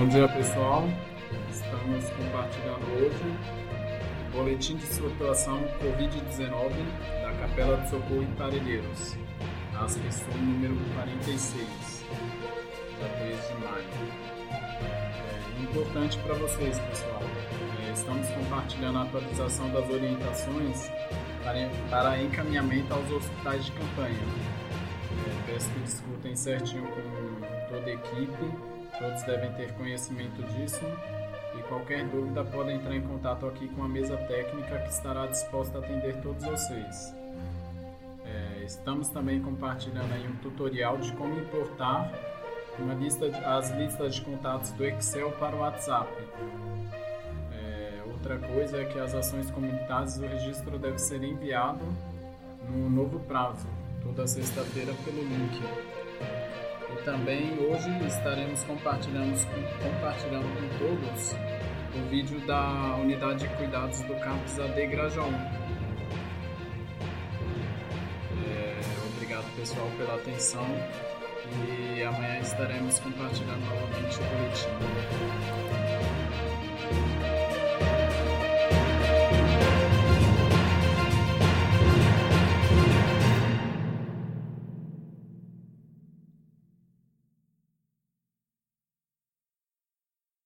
dia, pessoal. Estamos compartilhando hoje o boletim de situação Covid-19 da Capela do Socorro em Parelheiros, as questões número 46, da 3 de maio. Importante para vocês, pessoal. Estamos compartilhando a atualização das orientações para encaminhamento aos hospitais de campanha. Peço que discutem certinho com toda a equipe, todos devem ter conhecimento disso e qualquer dúvida podem entrar em contato aqui com a mesa técnica que estará disposta a atender todos vocês. Estamos também compartilhando aí um tutorial de como importar as listas de contatos do Excel para o WhatsApp. Outra coisa é que as ações comunitárias do registro deve ser enviado no novo prazo, toda sexta-feira pelo link. E também hoje estaremos compartilhando com todos o vídeo da unidade de cuidados do campus AD Grajaú. Obrigado, pessoal, pela atenção e amanhã estaremos compartilhando novamente o boletim.